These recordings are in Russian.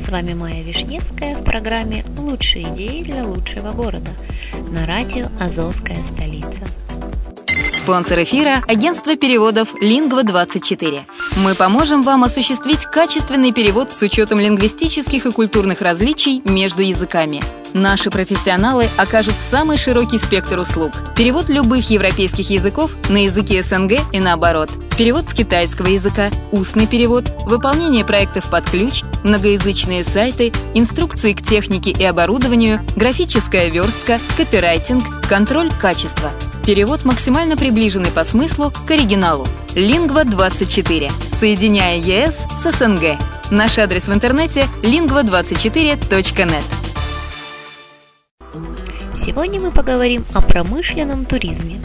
С вами Майя Вишневская в программе «Лучшие идеи для лучшего города» на радио «Азовская столица». Спонсор эфира – агентство переводов Lingva24. Мы поможем вам осуществить качественный перевод с учетом лингвистических и культурных различий между языками. Наши профессионалы окажут самый широкий спектр услуг. Перевод любых европейских языков на языки СНГ и наоборот. Перевод с китайского языка, устный перевод, выполнение проектов под ключ, многоязычные сайты, инструкции к технике и оборудованию, графическая верстка, копирайтинг, контроль качества. Перевод максимально приближенный по смыслу к оригиналу. Lingva24. Соединяя ЕС с СНГ. Наш адрес в интернете lingva24.net. Сегодня мы поговорим о промышленном туризме.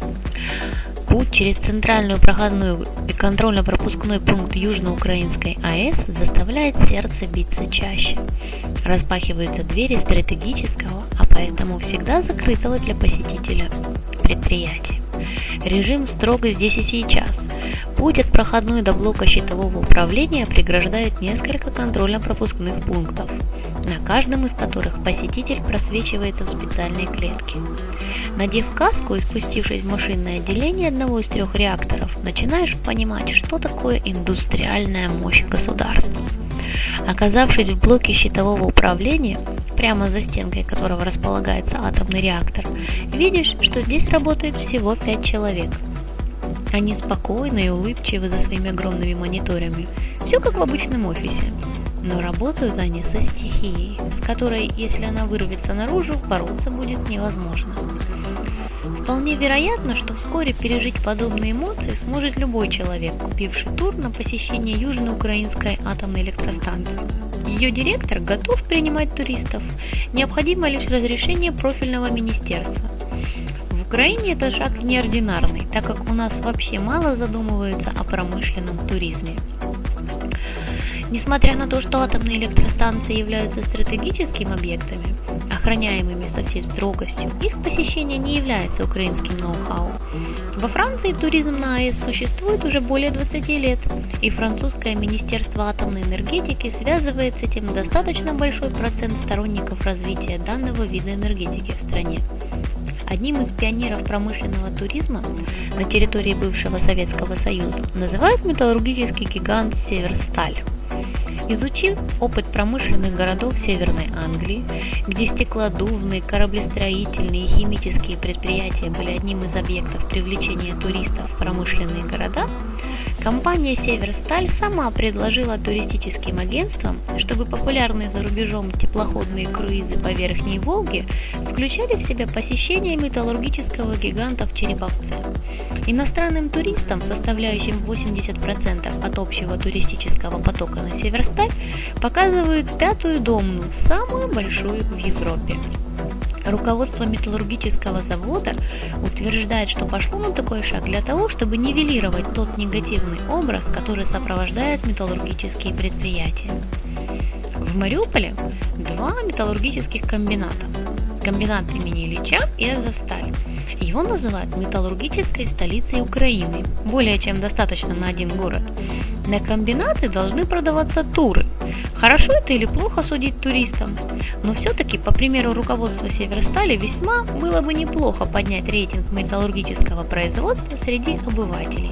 Путь через центральную проходную и контрольно-пропускной пункт Южноукраинской АЭС заставляет сердце биться чаще. Распахиваются двери стратегического, а поэтому всегда закрытого для посетителя предприятия. Режим строго здесь и сейчас. Путь от проходной до блока щитового управления преграждают несколько контрольно-пропускных пунктов, на каждом из которых посетитель просвечивается в специальной клетке. Надев каску и спустившись в машинное отделение одного из 3 реакторов, начинаешь понимать, что такое индустриальная мощь государства. Оказавшись в блоке щитового управления, прямо за стенкой которого располагается атомный реактор, видишь, что здесь работает всего 5 человек. Они спокойны и улыбчивы за своими огромными мониторами. Все как в обычном офисе. Но работают они со стихией, с которой, если она вырвется наружу, бороться будет невозможно. Вполне вероятно, что вскоре пережить подобные эмоции сможет любой человек, купивший тур на посещение Южноукраинской атомной электростанции. Ее директор готов принимать туристов, необходимо лишь разрешение профильного министерства. В Украине этот шаг неординарный, так как у нас вообще мало задумываются о промышленном туризме. Несмотря на то, что атомные электростанции являются стратегическими объектами, охраняемыми со всей строгостью, их посещение не является украинским ноу-хау. Во Франции туризм на АЭС существует уже более 20 лет, и французское министерство атомной энергетики связывает с этим достаточно большой процент сторонников развития данного вида энергетики в стране. Одним из пионеров промышленного туризма на территории бывшего Советского Союза называют металлургический гигант «Северсталь». Изучив опыт промышленных городов Северной Англии, где стеклодувные, кораблестроительные и химические предприятия были одним из объектов привлечения туристов в промышленные города, компания «Северсталь» сама предложила туристическим агентствам, чтобы популярные за рубежом теплоходные круизы по Верхней Волге включали в себя посещение металлургического гиганта в Череповце. Иностранным туристам, составляющим 80% от общего туристического потока на Северсталь, показывают 5-ю домну, самую большую в Европе. Руководство металлургического завода утверждает, что пошло на такой шаг для того, чтобы нивелировать тот негативный образ, который сопровождает металлургические предприятия. В Мариуполе 2 металлургических комбината – комбинат имени Ильича и Азовсталь. Его называют металлургической столицей Украины, более чем достаточно на один город. На комбинаты должны продаваться туры. Хорошо это или плохо судить туристам, но все-таки, по примеру руководства Северстали, весьма было бы неплохо поднять рейтинг металлургического производства среди обывателей.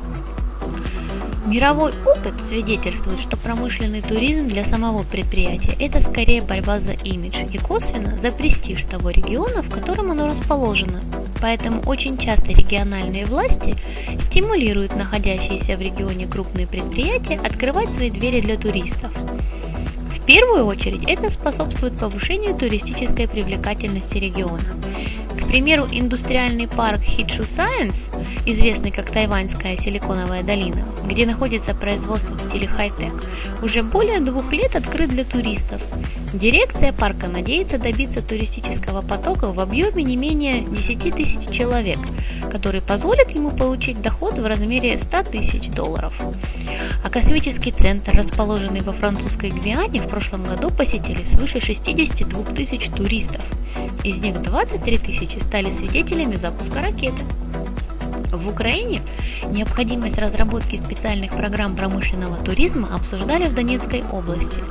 Мировой опыт свидетельствует, что промышленный туризм для самого предприятия – это скорее борьба за имидж и косвенно за престиж того региона, в котором оно расположено. Поэтому очень часто региональные власти стимулируют находящиеся в регионе крупные предприятия открывать свои двери для туристов. В первую очередь это способствует повышению туристической привлекательности региона. К примеру, индустриальный парк Хичу Сайенс, известный как Тайваньская силиконовая долина, где находится производство в стиле хай-тек, уже более 2 лет открыт для туристов. Дирекция парка надеется добиться туристического потока в объеме не менее 10 тысяч человек, который позволит ему получить доход в размере $100 000. А космический центр, расположенный во французской Гвиане, в прошлом году посетили свыше 62 тысяч туристов. Из них 23 тысячи стали свидетелями запуска ракеты. В Украине необходимость разработки специальных программ промышленного туризма обсуждали в Донецкой области.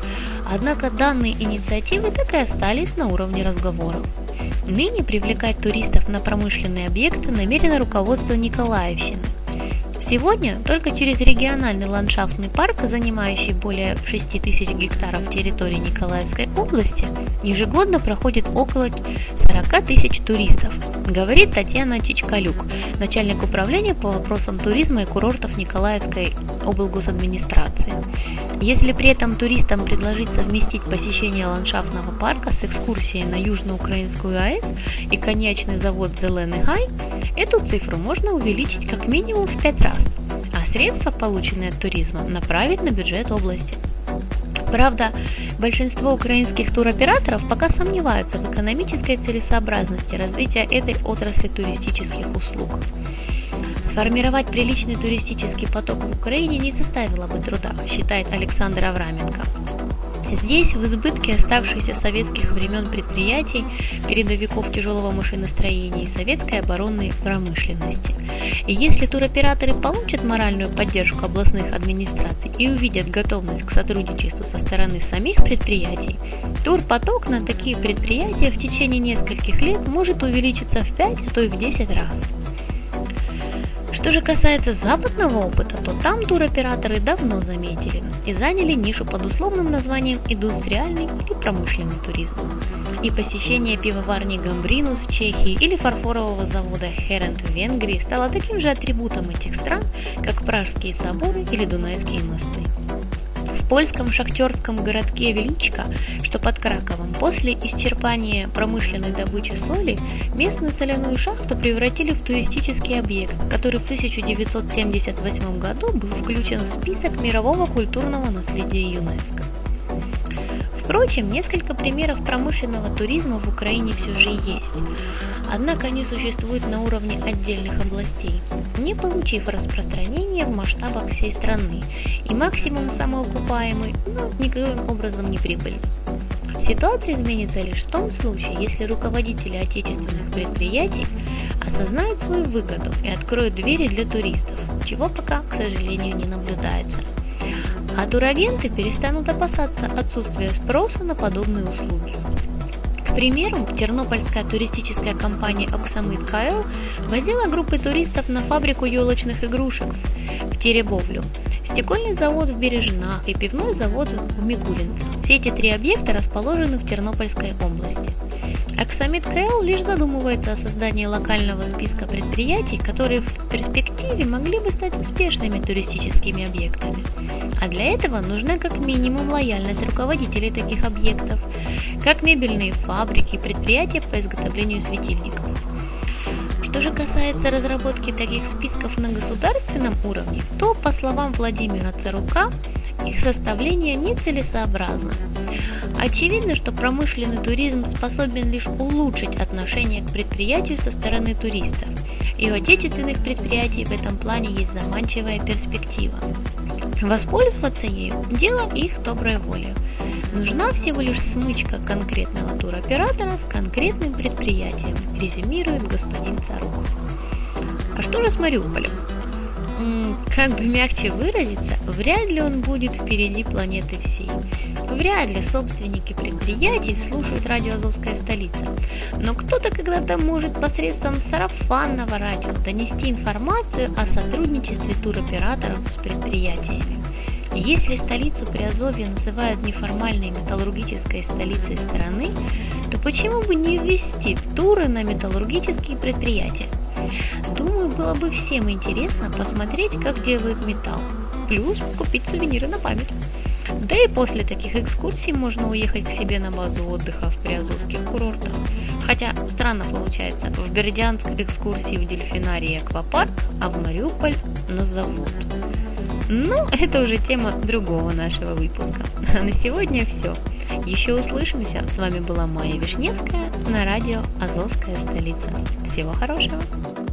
Однако данные инициативы так и остались на уровне разговоров. Ныне привлекать туристов на промышленные объекты намерено руководство Николаевщины. Сегодня только через региональный ландшафтный парк, занимающий более 6 тысяч гектаров территории Николаевской области, ежегодно проходит около 40 тысяч туристов, говорит Татьяна Чичкалюк, начальник управления по вопросам туризма и курортов Николаевской облгосадминистрации. Если при этом туристам предложить совместить посещение ландшафтного парка с экскурсией на Южноукраинскую АЭС и коньячный завод «Зеленый Гай», эту цифру можно увеличить как минимум в 5 раз, а средства, полученные от туризма, направить на бюджет области. Правда, большинство украинских туроператоров пока сомневаются в экономической целесообразности развития этой отрасли туристических услуг. Сформировать приличный туристический поток в Украине не составило бы труда, считает Александр Авраменко. Здесь в избытке оставшихся с советских времен предприятий, передовиков тяжелого машиностроения и советской оборонной промышленности. И если туроператоры получат моральную поддержку областных администраций и увидят готовность к сотрудничеству со стороны самих предприятий, турпоток на такие предприятия в течение нескольких лет может увеличиться в 5, а то и в 10 раз. Что же касается западного опыта, то там туроператоры давно заметили и заняли нишу под условным названием индустриальный или промышленный туризм. И посещение пивоварни Гамбринус в Чехии или фарфорового завода Херент в Венгрии стало таким же атрибутом этих стран, как Пражские соборы или Дунайские мосты. В польском шахтерском городке Величко, что под Краковом, после исчерпания промышленной добычи соли, местную соляную шахту превратили в туристический объект, который в 1978 году был включен в список мирового культурного наследия ЮНЕСКО. Впрочем, несколько примеров промышленного туризма в Украине все же есть, однако они существуют на уровне отдельных областей, не получив распространения в масштабах всей страны, и максимум самоокупаемый, но никаким образом не прибыльный. Ситуация изменится лишь в том случае, если руководители отечественных предприятий осознают свою выгоду и откроют двери для туристов, чего пока, к сожалению, не наблюдается. А турагенты перестанут опасаться отсутствия спроса на подобные услуги. К примеру, тернопольская туристическая компания «Оксамит КЛ» возила группы туристов на фабрику елочных игрушек в Теребовлю, стекольный завод в Бережинах и пивной завод в Микулинце. Все эти 3 объекта расположены в Тернопольской области. Оксамит КЛ лишь задумывается о создании локального списка предприятий, которые в перспективе могли бы стать успешными туристическими объектами. А для этого нужна как минимум лояльность руководителей таких объектов, как мебельные фабрики и предприятия по изготовлению светильников. Что же касается разработки таких списков на государственном уровне, то, по словам Владимира Царука, их составление нецелесообразно. Очевидно, что промышленный туризм способен лишь улучшить отношение к предприятию со стороны туристов, и у отечественных предприятий в этом плане есть заманчивая перспектива. Воспользоваться ею – дело их доброй воли. Нужна всего лишь смычка конкретного туроператора с конкретным предприятием, резюмирует господин Царук. А что же с Мариуполем? Как бы мягче выразиться, вряд ли он будет впереди планеты всей. Вряд ли собственники предприятий слушают радио «Азовская столица». Но кто-то когда-то может посредством сарафанного радио донести информацию о сотрудничестве туроператоров с предприятиями. Если столицу Приазовья называют неформальной металлургической столицей страны, то почему бы не ввести туры на металлургические предприятия? Думаю, было бы всем интересно посмотреть, как делают металл, плюс купить сувениры на память. Да и после таких экскурсий можно уехать к себе на базу отдыха в приазовских курортах. Хотя странно получается, в Бердянск экскурсии в дельфинарий и аквапарк, а в Мариуполь на завод. Но это уже тема другого нашего выпуска. А на сегодня все. Еще услышимся. С вами была Майя Вишневская на радио «Азовская столица». Всего хорошего!